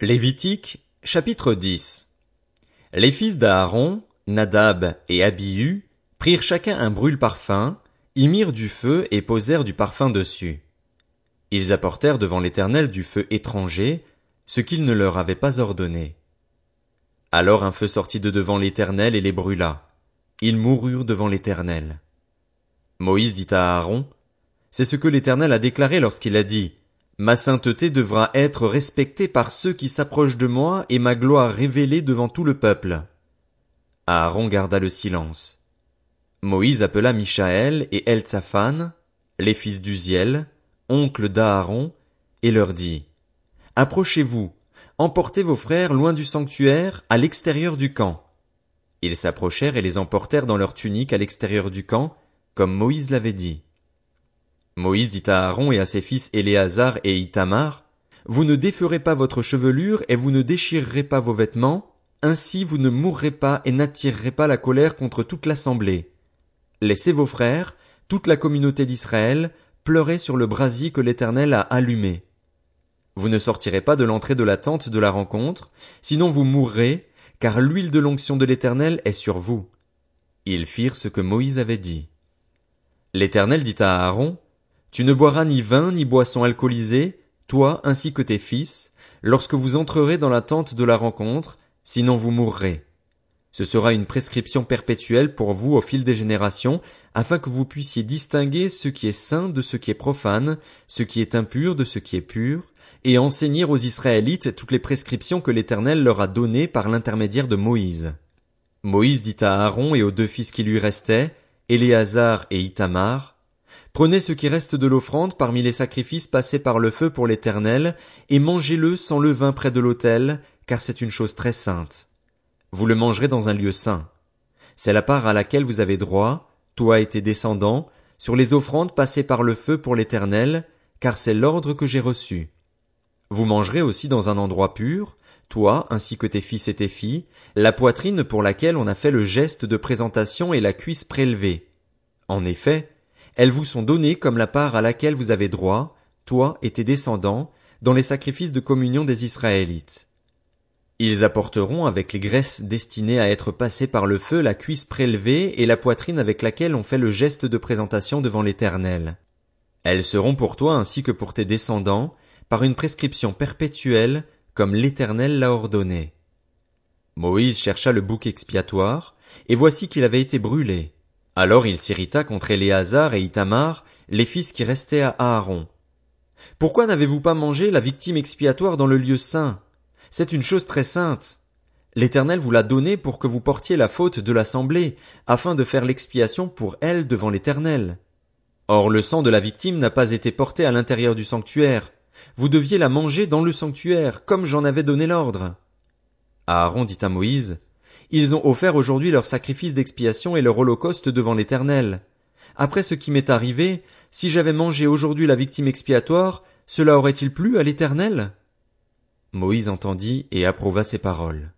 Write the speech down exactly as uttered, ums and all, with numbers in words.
Lévitique, chapitre dix. Les fils d'Aaron, Nadab et Abihu, prirent chacun un brûle-parfum, y mirent du feu et posèrent du parfum dessus. Ils apportèrent devant l'Éternel du feu étranger, ce qu'il ne leur avait pas ordonné. Alors un feu sortit de devant l'Éternel et les brûla. Ils moururent devant l'Éternel. Moïse dit à Aaron, c'est ce que l'Éternel a déclaré lorsqu'il a dit, ma sainteté devra être respectée par ceux qui s'approchent de moi et ma gloire révélée devant tout le peuple. Aaron garda le silence. Moïse appela Mishaël et Eltsaphan, les fils d'Uziel, oncles d'Aaron, et leur dit, approchez-vous, emportez vos frères loin du sanctuaire, à l'extérieur du camp. Ils s'approchèrent et les emportèrent dans leurs tuniques à l'extérieur du camp, comme Moïse l'avait dit. Moïse dit à Aaron et à ses fils Éléazar et Ithamar, vous ne déferez pas votre chevelure et vous ne déchirerez pas vos vêtements, ainsi vous ne mourrez pas et n'attirerez pas la colère contre toute l'assemblée. Laissez vos frères, toute la communauté d'Israël, pleurer sur le brasier que l'Éternel a allumé. Vous ne sortirez pas de l'entrée de la tente de la rencontre, sinon vous mourrez, car l'huile de l'onction de l'Éternel est sur vous. Ils firent ce que Moïse avait dit. L'Éternel dit à Aaron, tu ne boiras ni vin ni boisson alcoolisée, toi ainsi que tes fils, lorsque vous entrerez dans la tente de la rencontre, sinon vous mourrez. Ce sera une prescription perpétuelle pour vous au fil des générations, afin que vous puissiez distinguer ce qui est saint de ce qui est profane, ce qui est impur de ce qui est pur, et enseigner aux Israélites toutes les prescriptions que l'Éternel leur a données par l'intermédiaire de Moïse. Moïse dit à Aaron et aux deux fils qui lui restaient, Éléazar et Ithamar, prenez ce qui reste de l'offrande parmi les sacrifices passés par le feu pour l'Éternel, et mangez-le sans levain près de l'autel, car c'est une chose très sainte. Vous le mangerez dans un lieu saint. C'est la part à laquelle vous avez droit, toi et tes descendants, sur les offrandes passées par le feu pour l'Éternel, car c'est l'ordre que j'ai reçu. Vous mangerez aussi dans un endroit pur, toi ainsi que tes fils et tes filles, la poitrine pour laquelle on a fait le geste de présentation et la cuisse prélevée. En effet, elles vous sont données comme la part à laquelle vous avez droit, toi et tes descendants, dans les sacrifices de communion des Israélites. Ils apporteront avec les graisses destinées à être passées par le feu la cuisse prélevée et la poitrine avec laquelle on fait le geste de présentation devant l'Éternel. Elles seront pour toi ainsi que pour tes descendants, par une prescription perpétuelle, comme l'Éternel l'a ordonné. Moïse chercha le bouc expiatoire, et voici qu'il avait été brûlé. Alors il s'irrita contre Éléazar et Ithamar, les fils qui restaient à Aaron. Pourquoi n'avez-vous pas mangé la victime expiatoire dans le lieu saint? C'est une chose très sainte. L'Éternel vous l'a donnée pour que vous portiez la faute de l'assemblée, afin de faire l'expiation pour elle devant l'Éternel. Or le sang de la victime n'a pas été porté à l'intérieur du sanctuaire. Vous deviez la manger dans le sanctuaire, comme j'en avais donné l'ordre. Aaron dit à Moïse, ils ont offert aujourd'hui leur sacrifice d'expiation et leur holocauste devant l'Éternel. Après ce qui m'est arrivé, si j'avais mangé aujourd'hui la victime expiatoire, cela aurait-il plu à l'Éternel? Moïse entendit et approuva ces paroles.